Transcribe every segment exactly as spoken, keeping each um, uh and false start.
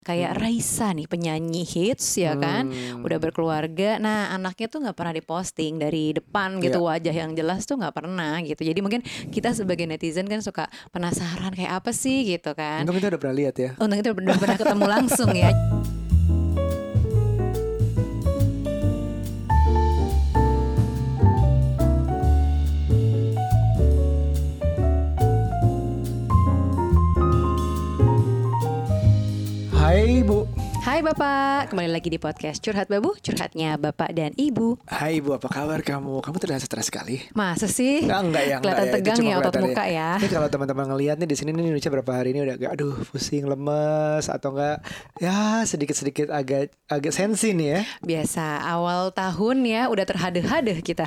Kayak Hmm. Raisa nih, penyanyi hits ya kan, Hmm. udah berkeluarga. Nah anaknya tuh nggak pernah diposting dari depan gitu, wajah yang jelas tuh nggak pernah gitu. Jadi mungkin kita sebagai netizen kan suka penasaran kayak apa sih gitu kan. Untung kita udah pernah lihat ya. Untung itu udah pernah ketemu langsung ya. Hai Bu. Hai Bapak, kembali lagi di podcast Curhat Babu, curhatnya Bapak dan Ibu. Hai Bu, apa kabar kamu? Kamu terlihat stres sekali. Masa sih? Enggak, enggak ya, enggak Kelihatan ya. Itu tegang cuma ya otot kelihatan muka ya. Ini kalau teman-teman ngelihat nih di sini nih Indonesia berapa hari ini udah agak aduh pusing, lemes atau enggak ya sedikit-sedikit agak agak sensi nih ya. Biasa awal tahun ya udah terhadeh-hadeh kita.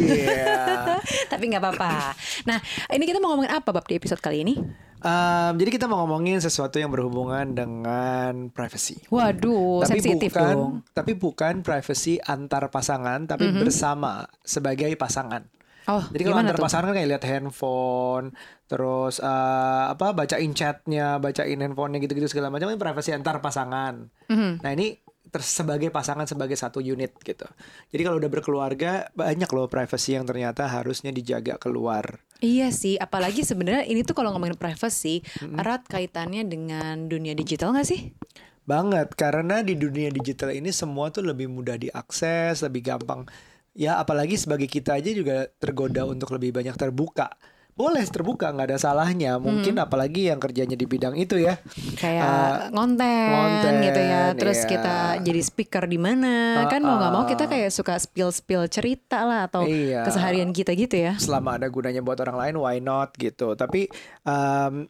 Iya. Tapi nggak apa-apa. Nah ini kita mau ngomongin apa Bab di episode kali ini? Um, jadi kita mau ngomongin sesuatu yang berhubungan dengan privacy. Waduh, Tapi sensitif bukan, dong. tapi bukan privacy antar pasangan, tapi Mhm. bersama sebagai pasangan. Oh, Jadi kalau gimana antar tuh? pasangan kan kayak lihat handphone, terus eh, apa bacain chatnya, bacain handphonenya gitu-gitu segala macam, ini privacy antar pasangan. Mhm. Nah ini ter- sebagai pasangan sebagai satu unit gitu. Jadi kalau udah berkeluarga banyak loh privacy yang ternyata harusnya dijaga keluar. Iya sih, apalagi sebenarnya ini tuh kalau ngomongin privacy erat kaitannya dengan dunia digital nggak sih? Banget, karena di dunia digital ini semua tuh lebih mudah diakses, lebih gampang. Ya apalagi sebagai kita aja juga tergoda untuk lebih banyak terbuka. Boleh terbuka, nggak ada salahnya. Mungkin apalagi yang kerjanya di bidang itu ya. Kayak ngonten, ngonten, gitu ya. Terus iya. kita jadi speaker di mana? Uh, Kan mau nggak mau uh. kita kayak suka spill-spill cerita lah atau Iya. keseharian kita gitu ya. Selama ada gunanya buat orang lain, why not gitu. Tapi um,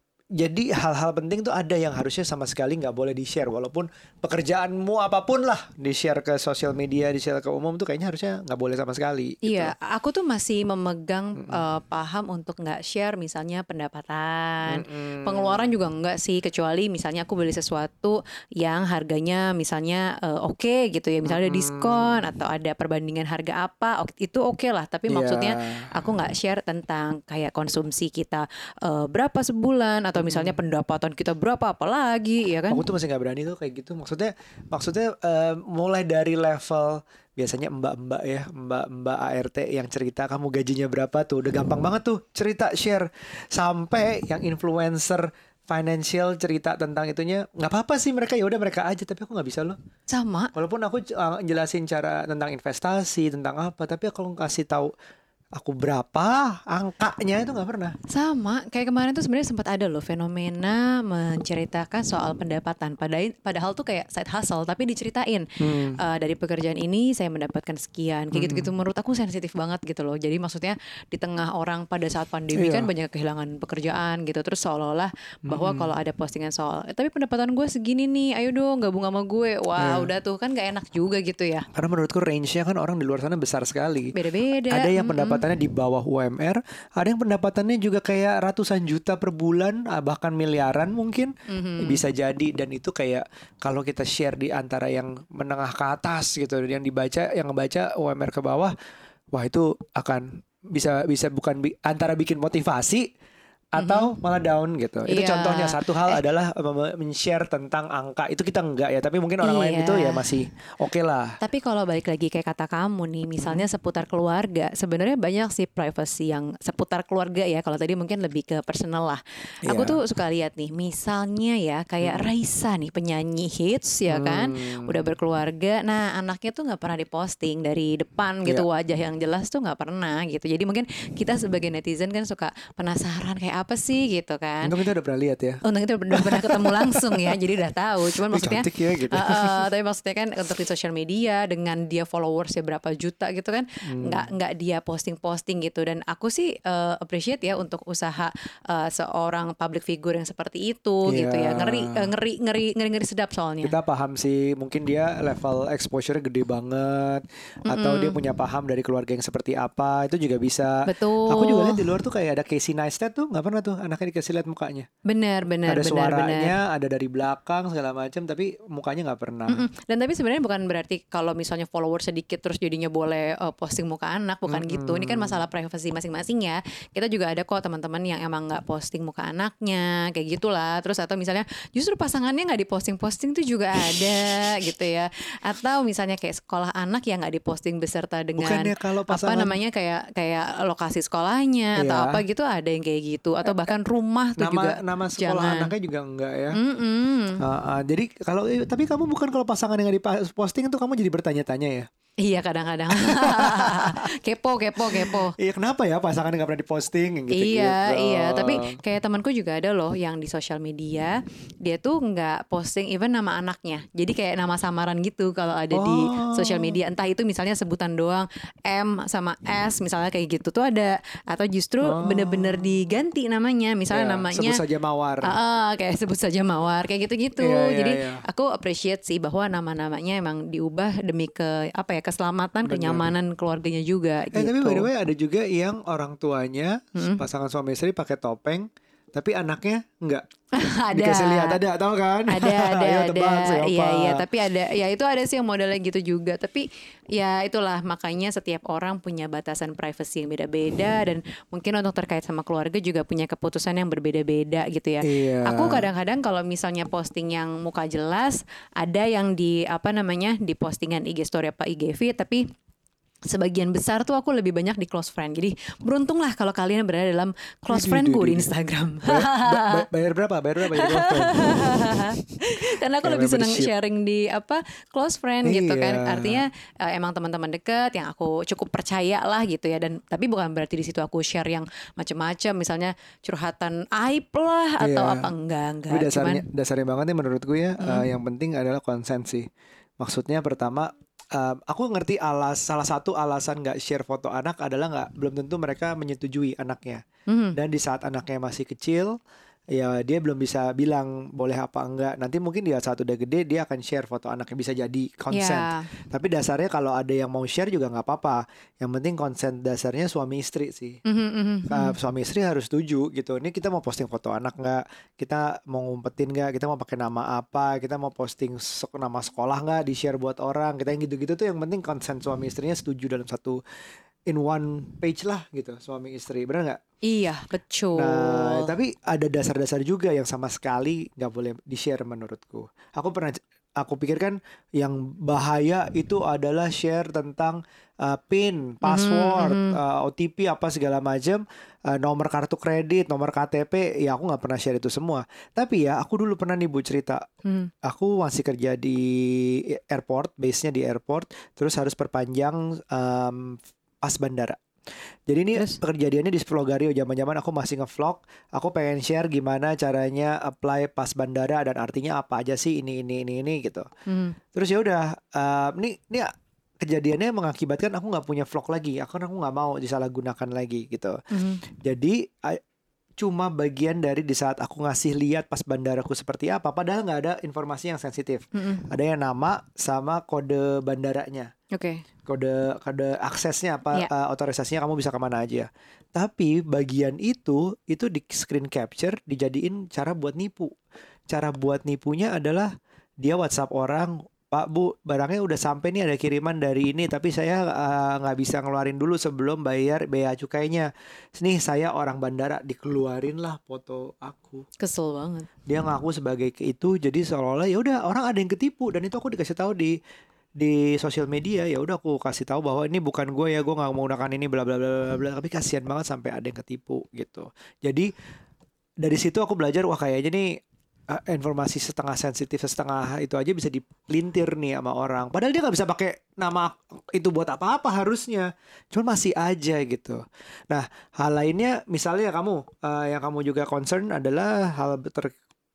jadi hal-hal penting tuh ada yang harusnya sama sekali nggak boleh di-share. Walaupun pekerjaanmu apapun lah di-share ke sosial media, di-share ke umum tuh kayaknya harusnya nggak boleh sama sekali. Gitu. Iya, aku tuh masih memegang uh, paham untuk nggak share misalnya pendapatan, Mm-mm. pengeluaran juga nggak sih, kecuali misalnya aku beli sesuatu yang harganya misalnya uh, oke gitu ya, misalnya ada diskon atau ada perbandingan harga apa, ok- itu oke lah. Tapi Iya. maksudnya aku nggak share tentang kayak konsumsi kita uh, berapa sebulan atau misalnya pendapatan kita berapa apalagi ya kan? Aku tuh masih nggak berani tuh kayak gitu. Maksudnya, maksudnya eh, mulai dari level biasanya mbak-mbak ya, mbak-mbak A R T yang cerita kamu gajinya berapa tuh, udah gampang banget tuh cerita share. Sampai yang influencer financial cerita tentang itunya, nggak apa-apa sih mereka, ya udah mereka aja. Tapi aku nggak bisa loh. Sama. Walaupun aku uh, jelasin cara tentang investasi, tentang apa, tapi kalau kasih tahu aku berapa angkanya itu nggak pernah. Sama, kayak kemarin tuh sebenarnya sempat ada loh fenomena menceritakan soal pendapatan. Padahal, padahal tuh kayak side hustle, tapi diceritain Hmm. uh, dari pekerjaan ini saya mendapatkan sekian, kayak gitu-gitu. Menurut aku sensitif banget gitu loh. Jadi maksudnya di tengah orang pada saat pandemi Iya. kan banyak kehilangan pekerjaan gitu. Terus seolah-olah bahwa kalau ada postingan soal, eh, tapi pendapatan gue segini nih, ayo dong gabung sama gue. Wah, Iya. udah tuh kan gak enak juga gitu ya. Karena menurutku range-nya kan orang di luar sana besar sekali. Beda-beda. Ada yang Mm-mm. pendapatannya di bawah U M R, ada yang pendapatannya juga kayak ratusan juta per bulan, ah, bahkan miliaran mungkin. Bisa jadi, dan itu kayak kalau kita share di antara yang menengah ke atas gitu, yang dibaca, yang ngebaca U M R ke bawah, wah itu akan bisa bisa bukan bi- antara bikin motivasi atau malah down gitu. Itu Iya. contohnya. Satu hal adalah eh, men-share tentang angka. Itu kita enggak ya, tapi mungkin orang lain Iya. itu ya masih oke lah. Tapi kalau balik lagi kayak kata kamu nih, misalnya seputar keluarga, sebenarnya banyak sih privacy yang seputar keluarga ya. Kalau tadi mungkin lebih ke personal lah. Aku Iya. tuh suka lihat nih, misalnya ya kayak Raisa nih, penyanyi hits ya kan, Hmm. udah berkeluarga. Nah anaknya tuh nggak pernah diposting dari depan gitu, wajah yang jelas tuh nggak pernah gitu. Jadi mungkin kita sebagai netizen kan suka penasaran kayak apa sih gitu kan. Untung kita udah pernah lihat ya. Untung itu udah pernah ketemu langsung ya, jadi udah tahu. Cuman Ih, maksudnya, cantik ya gitu. uh, uh, tapi maksudnya kan untuk di sosial media dengan dia followersnya berapa juta gitu kan, Hmm. nggak nggak dia posting-posting gitu. Dan aku sih uh, appreciate ya untuk usaha uh, seorang public figure yang seperti itu Iya. gitu ya. Ngeri uh, ngeri ngeri ngeri ngeri sedap soalnya. Kita paham sih, mungkin dia level exposure gede banget, atau dia punya paham dari keluarga yang seperti apa, itu juga bisa. Betul. Aku juga lihat di luar tuh kayak ada Casey Neistat tuh, nggak pernah tuh anaknya dikasih lihat mukanya. Benar, benar, Ada benar, suaranya, benar. ada dari belakang segala macam, tapi mukanya nggak pernah. Mm-mm. Dan tapi sebenarnya bukan berarti kalau misalnya follower sedikit terus jadinya boleh uh, posting muka anak, bukan Mm-mm. gitu. Ini kan masalah privasi masing-masing ya. Kita juga ada kok teman-teman yang emang nggak posting muka anaknya, kayak gitulah. Terus atau misalnya justru pasangannya nggak diposting-posting tuh juga ada gitu ya. Atau misalnya kayak sekolah anak yang nggak diposting beserta dengan Bukannya kalau apa pasangan namanya kayak kayak lokasi sekolahnya atau Iya. apa gitu, ada yang kayak gitu. Atau bahkan rumah tuh nama juga nama sekolah jangan. anaknya juga enggak ya. Mm-mm. Ah, ah, jadi kalau eh, tapi kamu bukan kalau pasangan yang nggak diposting itu kamu jadi bertanya-tanya ya. Iya kadang-kadang kepo kepo kepo. Iya kenapa ya pasangan nggak pernah diposting yang gitu-gitu. Iya iya, tapi kayak temanku juga ada loh yang di sosial media dia tuh nggak posting even nama anaknya, jadi kayak nama samaran gitu kalau ada di Oh. sosial media, entah itu misalnya sebutan doang M sama S misalnya kayak gitu tuh ada, atau justru Oh. bener-bener diganti namanya, misalnya Ya, namanya sebut saja Mawar. Ah, ah, kayak sebut saja Mawar kayak gitu-gitu. Iya, iya, Jadi iya. aku appreciate sih bahwa nama-namanya emang diubah demi ke apa ya, keselamatan, Bener. kenyamanan keluarganya juga Eh gitu. tapi by the way ada juga yang orang tuanya Mm-mm. pasangan suami istri pakai topeng, tapi anaknya enggak. ada. Dikasih lihat ada, tahu kan? Ada ada Ayo ada. tebak siapa. Iya iya, tapi ada ya itu ada sih yang modelnya gitu juga. Tapi ya itulah makanya setiap orang punya batasan privacy yang beda-beda, dan mungkin untuk terkait sama keluarga juga punya keputusan yang berbeda-beda gitu ya. Iya. Aku kadang-kadang kalau misalnya posting yang muka jelas, ada yang di apa namanya di postingan I G story apa I G feed, tapi sebagian besar tuh aku lebih banyak di close friend. Jadi beruntunglah kalau kalian berada dalam close Widih, friendku widih, di widih. Instagram. Bayar, ba- ba- bayar berapa? Bayar berapa? Bayar berapa? Karena aku Kayak lebih senang membership. sharing di apa close friend gitu kan. Iya. Artinya eh, emang teman-teman dekat yang aku cukup percaya lah gitu ya. Dan tapi bukan berarti di situ aku share yang macam-macam, misalnya curhatan aib lah atau Iya. apa, enggak enggak. Tapi dasarnya Cuman dasarnya banget nih menurutku ya, eh, yang penting adalah konsen sih. Maksudnya pertama, eh, aku ngerti alas salah satu alasan nggak share foto anak adalah nggak belum tentu mereka menyetujui anaknya. mhm. Dan di saat anaknya masih kecil, ya dia belum bisa bilang boleh apa enggak. Nanti mungkin dia saat udah gede dia akan share foto anaknya, bisa jadi konsen. Ya. Tapi dasarnya kalau ada yang mau share juga nggak apa-apa. Yang penting konsen dasarnya suami istri sih. Mhm, mhm, Uh, mhm. suami istri harus setuju gitu. Ini kita mau posting foto anak nggak? Kita mau ngumpetin nggak? Kita mau pakai nama apa? Kita mau posting sek- nama sekolah nggak? Di share buat orang? Kita yang gitu-gitu tuh yang penting konsen suami istrinya setuju dalam satu in one page lah gitu, suami istri. Benar nggak? Iya betul. Nah, tapi ada dasar-dasar juga yang sama sekali nggak boleh di-share menurutku. Aku pernah, aku pikir kan yang bahaya itu adalah share tentang uh, PIN, password, mhm. uh, O T P apa segala macam, uh, nomor kartu kredit, nomor K T P. Ya aku nggak pernah share itu semua. Tapi ya aku dulu pernah nih Bu cerita. Hmm. Aku masih kerja di airport, base-nya di airport, terus harus perpanjang um, pas bandara. Jadi ini Terus? kejadiannya di Vlogario, zaman-zaman aku masih nge-vlog. Aku pengen share gimana caranya apply pas bandara dan artinya apa aja sih ini ini ini ini gitu. Hmm. Terus ya udah, uh, ini ini kejadiannya mengakibatkan aku nggak punya vlog lagi. Aku aku nggak mau disalahgunakan lagi gitu. Mhm. Jadi I- cuma bagian dari di saat aku ngasih lihat pas bandaraku seperti apa, padahal nggak ada informasi yang sensitif. Mhm. Ada yang nama sama kode bandaranya, Oke. kode kode aksesnya apa, Iya. uh, otorisasinya kamu bisa kemana aja. Tapi bagian itu itu di screen capture dijadiin cara buat nipu. Cara buat nipunya adalah dia WhatsApp orang, Pak Bu, barangnya udah sampai nih, ada kiriman dari ini, tapi saya uh, nggak bisa ngeluarin dulu sebelum bayar bea cukainya. Nih saya orang bandara, dikeluarin lah foto aku. Kesel banget. Dia ngaku sebagai ke itu, jadi seolah-olah ya udah orang ada yang ketipu, dan itu aku dikasih tahu di di sosial media. Ya udah aku kasih tahu bahwa ini bukan gue ya, gue nggak menggunakan ini bla bla bla bla bla. Tapi kasihan banget sampai ada yang ketipu gitu. Jadi dari situ aku belajar, wah kayaknya nih uh, informasi setengah sensitif setengah itu aja bisa dipelintir nih sama orang. Padahal dia nggak bisa pakai nama itu buat apa-apa harusnya, cuma masih aja gitu. Nah hal lainnya misalnya kamu uh, yang kamu juga concern adalah hal ter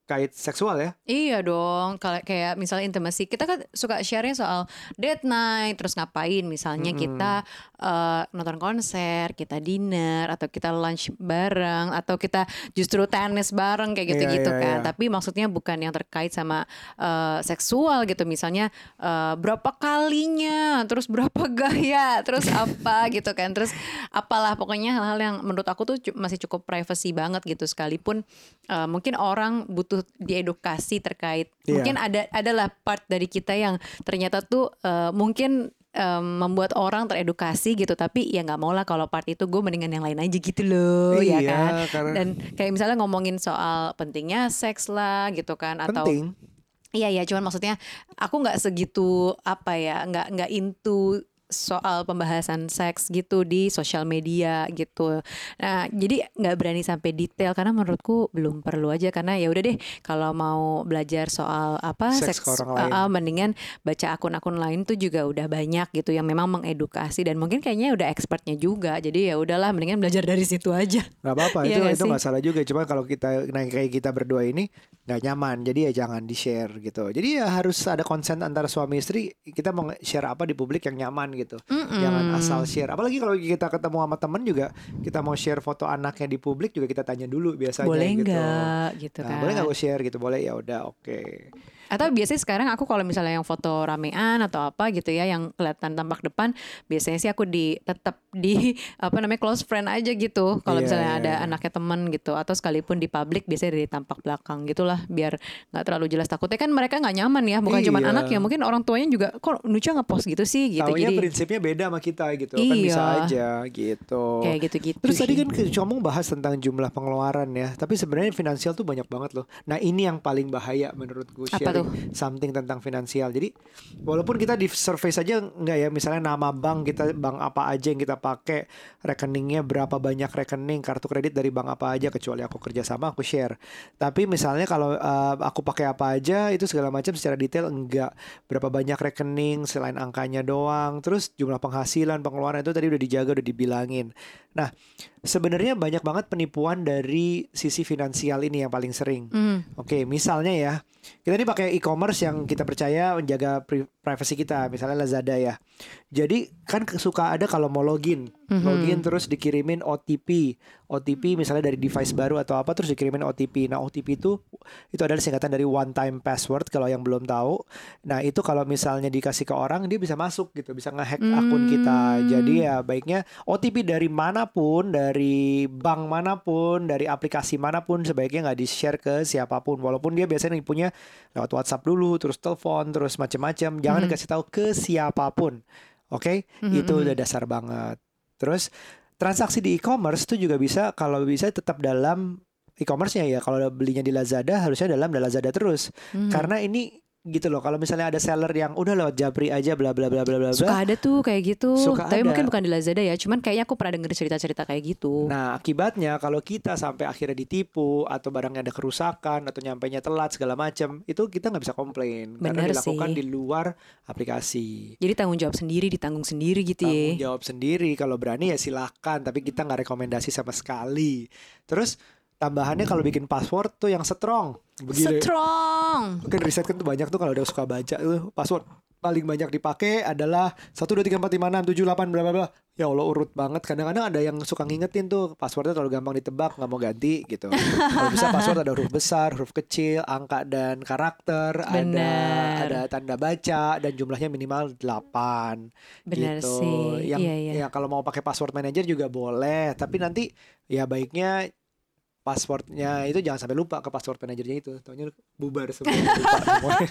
terkait seksual ya. Iya dong, kalau kayak misalnya intimacy, kita kan suka share soal date night, terus ngapain, misalnya Mm-mm. kita uh, nonton konser, kita dinner, atau kita lunch bareng, atau kita justru tenis bareng kayak gitu-gitu Iya, iya, kan. iya. Tapi maksudnya bukan yang terkait sama uh, seksual gitu, misalnya uh, berapa kalinya, terus berapa gaya, terus apa gitu kan, terus apalah pokoknya hal-hal yang menurut aku tuh cu- masih cukup privacy banget gitu, sekalipun uh, mungkin orang butuh diedukasi terkait, Iya. mungkin ada adalah part dari kita yang ternyata tuh uh, mungkin um, membuat orang teredukasi gitu, tapi ya nggak mau lah kalau part itu gue mendingan yang lain aja gitu loh. Iya, Ya kan. karena Dan kayak misalnya ngomongin soal pentingnya seks lah gitu kan, atau penting. iya ya, cuman maksudnya aku nggak segitu apa ya, nggak nggak into soal pembahasan seks gitu di sosial media gitu. Nah, jadi nggak berani sampai detail karena menurutku belum perlu aja, karena ya udah deh kalau mau belajar soal apa Seks seks, ke orang lain. uh, uh, mendingan baca akun-akun lain tuh juga udah banyak gitu yang memang mengedukasi, dan mungkin kayaknya udah expertnya juga. Jadi ya udahlah, mendingan belajar dari situ aja. Nggak apa-apa, Iya itu nggak itu sih? nggak salah juga. Cuma kalau kita nah kayak kita berdua ini nggak nyaman, jadi ya jangan di share gitu. Jadi ya harus ada konsen antara suami istri. Kita mau share apa di publik yang nyaman gitu. Mm-mm. Jangan asal share. Apalagi kalau kita ketemu sama temen juga, kita mau share foto anaknya di publik juga kita tanya dulu biasanya Boleh gitu. nggak gitu Nah, kan? boleh nggak gue share gitu? Boleh, ya udah, oke. Atau biasanya sekarang aku kalau misalnya yang foto ramean atau apa gitu ya, yang kelihatan tampak depan, biasanya sih aku di tetap di apa namanya close friend aja gitu. Kalau Iya, misalnya iya, ada iya. anaknya temen gitu, atau sekalipun di publik biasanya dari tampak belakang gitulah, biar nggak terlalu jelas. Takutnya kan mereka nggak nyaman ya, bukan cuma Iya. anaknya, mungkin orang tuanya juga kok Nucha ngepost gitu sih gitu. Taunya Jadi prinsipnya beda sama kita gitu. Kan bisa Iya. aja gitu. kayak gitu-gitu. Terus tadi sih. kan kamu bahas tentang jumlah pengeluaran ya, tapi sebenarnya finansial tuh banyak banget loh. Nah ini yang paling bahaya menurutku, Apa sharing something tentang finansial. Jadi walaupun kita di survei saja enggak ya, misalnya nama bank kita, bank apa aja yang kita pakai, rekeningnya berapa banyak rekening, kartu kredit dari bank apa aja, kecuali aku kerja sama aku share. Tapi misalnya kalau uh, aku pakai apa aja itu segala macam secara detail enggak. Berapa banyak rekening selain angkanya doang, terus jumlah penghasilan, pengeluaran itu tadi udah dijaga, udah dibilangin. Nah, sebenarnya banyak banget penipuan dari sisi finansial ini yang paling sering. Hmm. Oke, misalnya ya, kita ini pakai e-commerce yang kita percaya menjaga pri- privacy kita, misalnya Lazada ya. Jadi kan suka ada kalau mau login, Mhm. login terus dikirimin O T P, O T P misalnya dari device baru atau apa, terus dikirimin O T P. Nah O T P itu itu adalah singkatan dari one time password kalau yang belum tahu. Nah itu kalau misalnya dikasih ke orang, dia bisa masuk gitu, bisa ngehack akun kita. Hmm. Jadi ya baiknya O T P dari manapun, dari bank manapun, dari aplikasi manapun, sebaiknya nggak di share ke siapapun. Walaupun dia biasanya punya lewat WhatsApp dulu, terus telepon, terus macam-macam. Jangan Mhm. dikasih tahu ke siapapun. Oke, Mhm, itu mhm. udah dasar banget. Terus transaksi di e-commerce tuh juga bisa, kalau bisa tetap dalam e-commerce-nya ya. Kalau belinya di Lazada harusnya dalam Lazada terus. Mhm. Karena ini gitu loh, kalau misalnya ada seller yang udah lewat Japri aja bla bla bla bla bla bla. Suka ada tuh kayak gitu. Suka Tapi ada. mungkin bukan di Lazada ya. Cuman kayaknya aku pernah denger cerita-cerita kayak gitu. Nah, akibatnya kalau kita sampai akhirnya ditipu atau barangnya ada kerusakan atau nyampainya telat segala macam, itu kita nggak bisa komplain karena Bener dilakukan sih. di luar aplikasi. Jadi tanggung jawab sendiri, ditanggung sendiri gitu Tanggung ya. jawab sendiri, kalau berani ya silahkan, tapi kita nggak rekomendasi sama sekali. Terus tambahannya kalau bikin password tuh yang strong. Begini. Strong. Mungkin riset kan tuh banyak tuh, kalau udah suka baca tuh password paling banyak dipakai adalah satu dua tiga empat lima enam tujuh delapan bla bla bla. Ya Allah urut banget. Kadang-kadang ada yang suka ngingetin tuh passwordnya terlalu gampang ditebak, nggak mau ganti gitu. Kalau bisa password ada huruf besar, huruf kecil, angka dan karakter, ada Bener. ada tanda baca dan jumlahnya minimal delapan. Bener gitu. sih. Yang Iya, iya. ya kalau mau pakai password manager juga boleh, tapi nanti ya baiknya passwordnya itu jangan sampai lupa ke password manajernya itu, taunya bubar semua, lupa semuanya.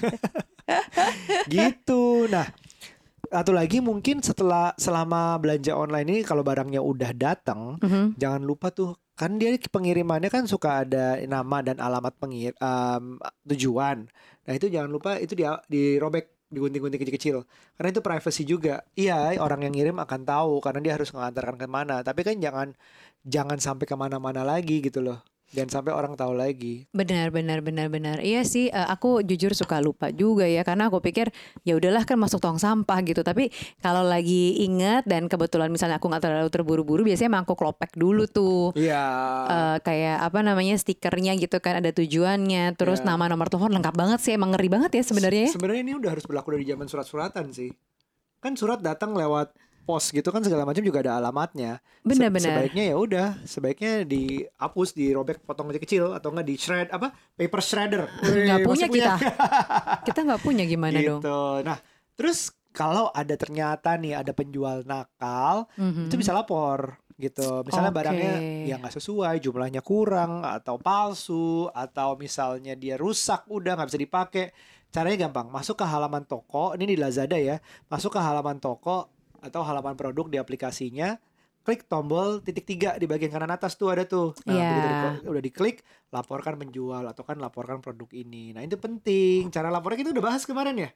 Gitu. Nah, satu lagi mungkin setelah selama belanja online ini, kalau barangnya udah datang, Mhm. jangan lupa tuh, kan dia pengirimannya kan suka ada nama dan alamat pengir um, tujuan. Nah itu jangan lupa itu dia dirobek, digunting-gunting kecil-kecil, karena itu privacy juga. Iya, orang yang ngirim akan tahu karena dia harus mengantarkan kemana. Tapi kan jangan jangan sampai kemana-mana lagi gitu loh. Dan sampai orang tahu lagi. Benar, benar, benar, benar. Iya sih, uh, aku jujur suka lupa juga ya, karena aku pikir ya udahlah kan masuk tong sampah gitu. Tapi kalau lagi ingat dan kebetulan misalnya aku nggak terlalu terburu-buru, biasanya emang aku klopek dulu tuh. Iya. Uh, kayak apa namanya stikernya gitu kan, ada tujuannya, terus Ya. nama nomor telepon lengkap banget sih, emang ngeri banget ya sebenarnya. Se- Sebenarnya ini udah harus berlaku dari zaman surat-suratan sih. Kan surat datang lewat pos gitu kan segala macam juga ada alamatnya. Benar-benar. Sebaiknya ya udah, sebaiknya dihapus, dirobek, potong kecil-kecil atau enggak di shred apa paper shredder. Nggak Wih, punya masih kita, kita nggak punya gimana gitu. dong? Nah, terus kalau ada ternyata nih ada penjual nakal, Mhm. itu bisa lapor gitu. Misalnya Oke. barangnya yang nggak sesuai, jumlahnya kurang atau palsu atau misalnya dia rusak udah nggak bisa dipakai. Caranya gampang, masuk ke halaman toko, ini di Lazada ya, masuk ke halaman toko atau halaman produk di aplikasinya, klik tombol titik tiga di bagian kanan atas tuh ada tuh. Nah, Iya. begitu di- udah diklik, laporkan penjual atau kan laporkan produk ini. Nah, itu penting. Cara lapornya kita udah bahas kemarin ya.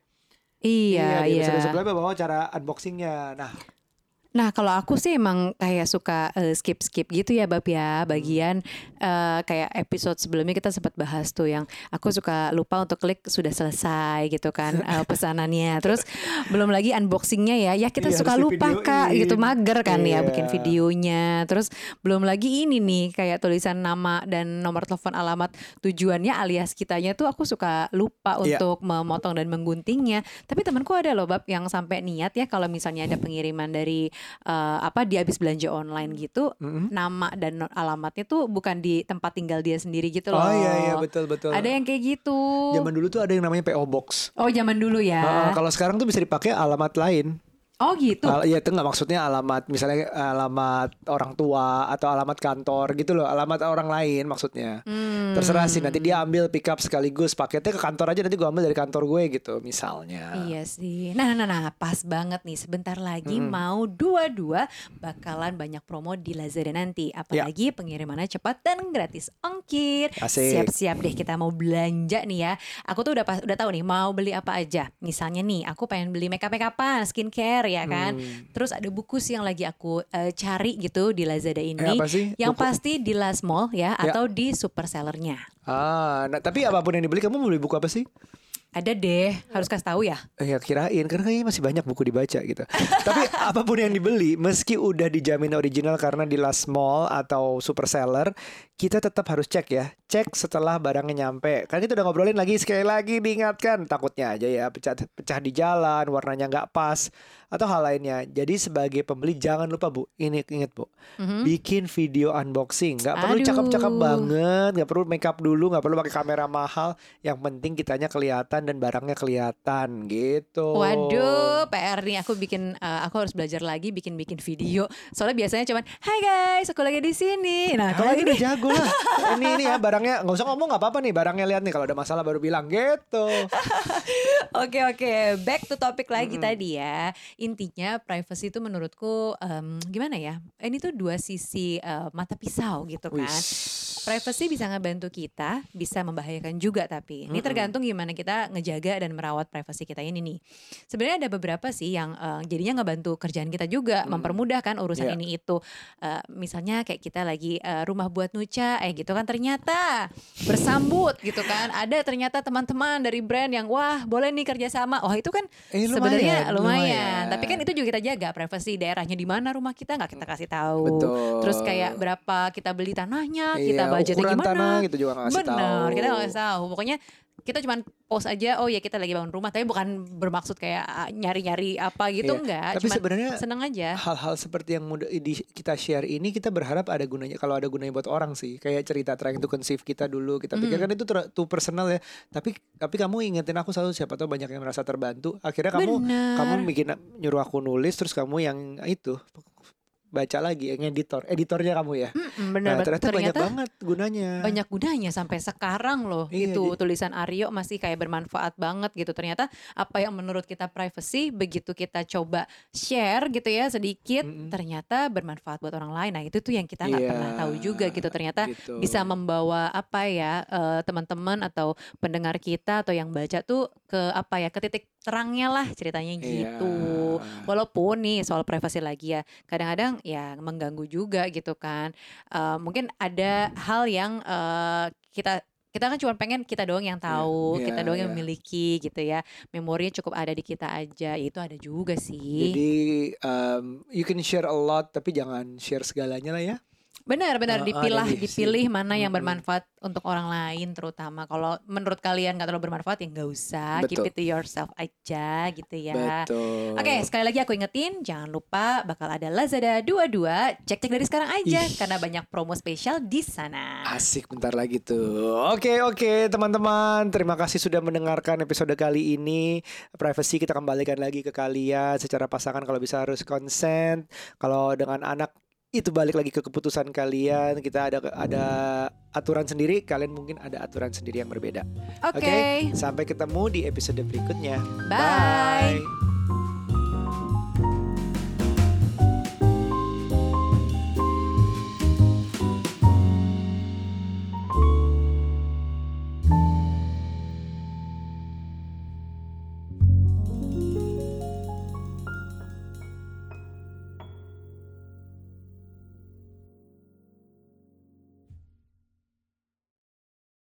Iya, di iya. episode sebelumnya bawa cara unboxingnya. Nah, Nah, kalau aku sih emang kayak suka eh, skip-skip gitu ya Bab ya, bagian eh, kayak episode sebelumnya kita sempat bahas tuh yang aku suka lupa untuk klik sudah selesai gitu kan eh, pesanannya. Terus belum lagi unboxingnya ya, ya kita Iya, suka harus lupa Kak divideoin. gitu, mager kan ya Iya. bikin videonya. Terus belum lagi ini nih kayak tulisan nama dan nomor telepon alamat tujuannya alias kitanya tuh aku suka lupa Iya. untuk memotong dan mengguntingnya. Tapi temanku ada loh Bab yang sampai niat ya kalau misalnya ada pengiriman dari uh, apa dia habis belanja online gitu, Mm-mm. nama dan no- alamatnya tuh bukan di tempat tinggal dia sendiri gitu loh. Oh iya iya betul betul. Ada yang kayak gitu. Zaman dulu tuh ada yang namanya P O Box. Oh zaman dulu ya. Heeh, kalau sekarang tuh bisa dipakai alamat lain. Oh gitu. Al- Iya itu nggak maksudnya alamat misalnya alamat orang tua atau alamat kantor gitu loh, alamat orang lain maksudnya. Hmm. Terserah sih, nanti dia ambil pick up sekaligus paketnya ke kantor aja, nanti gue ambil dari kantor gue gitu misalnya. Iya sih. Nah, nah, nah, pas banget nih. Sebentar lagi mau dua-dua bakalan banyak promo di Lazada nanti. Apalagi pengirimannya cepat dan gratis ongkir. Asik. Siap-siap deh kita mau belanja nih ya. Aku tuh udah pas, udah tahu nih mau beli apa aja. Misalnya nih, aku pengen beli makeup makeupan, skincare ya kan. Terus ada buku sih yang lagi aku eh, cari gitu di Lazada ini. Eh, apa sih? Yang Buku? pasti di Last Mall ya, atau di super sellernya. Ah, nah, tapi apapun yang dibeli, kamu mau beli buku apa sih? Ada deh, harus kasih tahu ya. Eh, ya kirain, karena kayaknya masih banyak buku dibaca gitu. Tapi apapun yang dibeli, meski udah dijamin original karena di Last Mall atau super seller, kita tetap harus cek ya. Cek setelah barangnya nyampe. Kan kita udah ngobrolin lagi, sekali lagi diingatkan. Takutnya aja ya pecah, pecah di jalan, warnanya nggak pas, atau hal lainnya. Jadi sebagai pembeli jangan lupa Bu, ini ingat Bu, bikin video unboxing. Nggak perlu Aduh. cakep-cakep banget, nggak perlu make up dulu, nggak perlu pakai kamera mahal. Yang penting kitanya kelihatan dan barangnya kelihatan gitu. Waduh, P R nih aku bikin, eh, aku harus belajar lagi bikin-bikin video. Soalnya biasanya cuman, Hai guys, aku lagi di sini. Nah, kalau Kalau lagi udah nih, jago lah. Ini ini ya barangnya nggak usah ngomong nggak apa-apa nih, barangnya lihat nih, kalau ada masalah baru bilang gitu. oke oke, back to topic lagi tadi ya. Intinya privacy itu menurutku em, gimana ya? Ini tuh dua sisi eh, mata pisau gitu kan. Wis. Privacy bisa ngebantu kita, bisa membahayakan juga tapi ini tergantung gimana kita ngejaga dan merawat privasi kita ini nih. Sebenarnya ada beberapa sih yang eh, jadinya ngebantu kerjaan kita juga, mempermudah kan urusan Iya. ini itu. Eh, misalnya kayak kita lagi eh, rumah buat Nuca, eh gitu kan ternyata bersambut gitu kan. Ada ternyata teman-teman dari brand yang wah boleh nih kerjasama. Oh itu kan Eh, lumayan, sebenarnya lumayan. lumayan. Tapi kan itu juga kita jaga privasi daerahnya di mana rumah kita nggak kita kasih tahu. Betul. Terus kayak berapa kita beli tanahnya, Iya, kita budgetnya ukuran gimana. tanah gitu juga nggak ngasih Bener, tahu. kita nggak kasih tahu. Pokoknya kita cuman post aja, oh ya kita lagi bangun rumah, tapi bukan bermaksud kayak ah, nyari-nyari apa gitu, Iya. enggak. Tapi Cuman sebenarnya seneng aja. hal-hal seperti yang mudah di, kita share ini kita berharap ada gunanya, kalau ada gunanya buat orang sih, kayak cerita trying to conceive kita dulu kita pikir kan itu ter- too personal ya, tapi tapi kamu ingetin aku selalu, siapa tahu banyak yang merasa terbantu, akhirnya kamu Bener. kamu bikin nyuruh aku nulis, terus kamu yang itu baca lagi, yang editor editornya kamu ya. Mm-mm, bener Nah, banget. ternyata, banyak banget gunanya. banyak gunanya sampai sekarang loh. Iya, Itu jadi- tulisan Aryo masih kayak bermanfaat banget gitu. Ternyata apa yang menurut kita privacy, begitu kita coba share gitu ya sedikit, ternyata bermanfaat buat orang lain. Nah itu tuh yang kita nggak Iya, pernah tahu juga gitu. Ternyata gitu. bisa membawa apa ya, eh, teman-teman atau pendengar kita atau yang baca tuh ke apa ya, ke titik terangnya lah ceritanya gitu. Iya. Walaupun nih soal privasi lagi ya, kadang-kadang ya mengganggu juga gitu kan. Eh, mungkin ada hal yang eh, kita kita kan cuma pengen kita doang yang tahu, Iya, kita doang yang iya. memiliki gitu ya. Memorinya cukup ada di kita aja. Ya, itu ada juga sih. Jadi um, you can share a lot tapi jangan share segalanya lah ya. Benar-benar Uh, uh, dipilah, ada nih, dipilih sih. mana yang Mm-mm. bermanfaat untuk orang lain terutama. Kalau menurut kalian nggak terlalu bermanfaat ya nggak usah, keep Betul. it to yourself aja gitu ya. Betul. Oke, sekali lagi aku ingetin, jangan lupa bakal ada Lazada dua puluh dua, cek-cek dari sekarang aja Ih. karena banyak promo spesial di sana. Asik, bentar lagi tuh. Oke oke teman-teman, terima kasih sudah mendengarkan episode kali ini. Privacy kita kembalikan lagi ke kalian. Secara pasangan kalau bisa harus consent. Kalau dengan anak itu balik lagi ke keputusan kalian. Kita ada ada aturan sendiri, kalian mungkin ada aturan sendiri yang berbeda. Oke, Sampai ketemu di episode berikutnya. bye. Bye.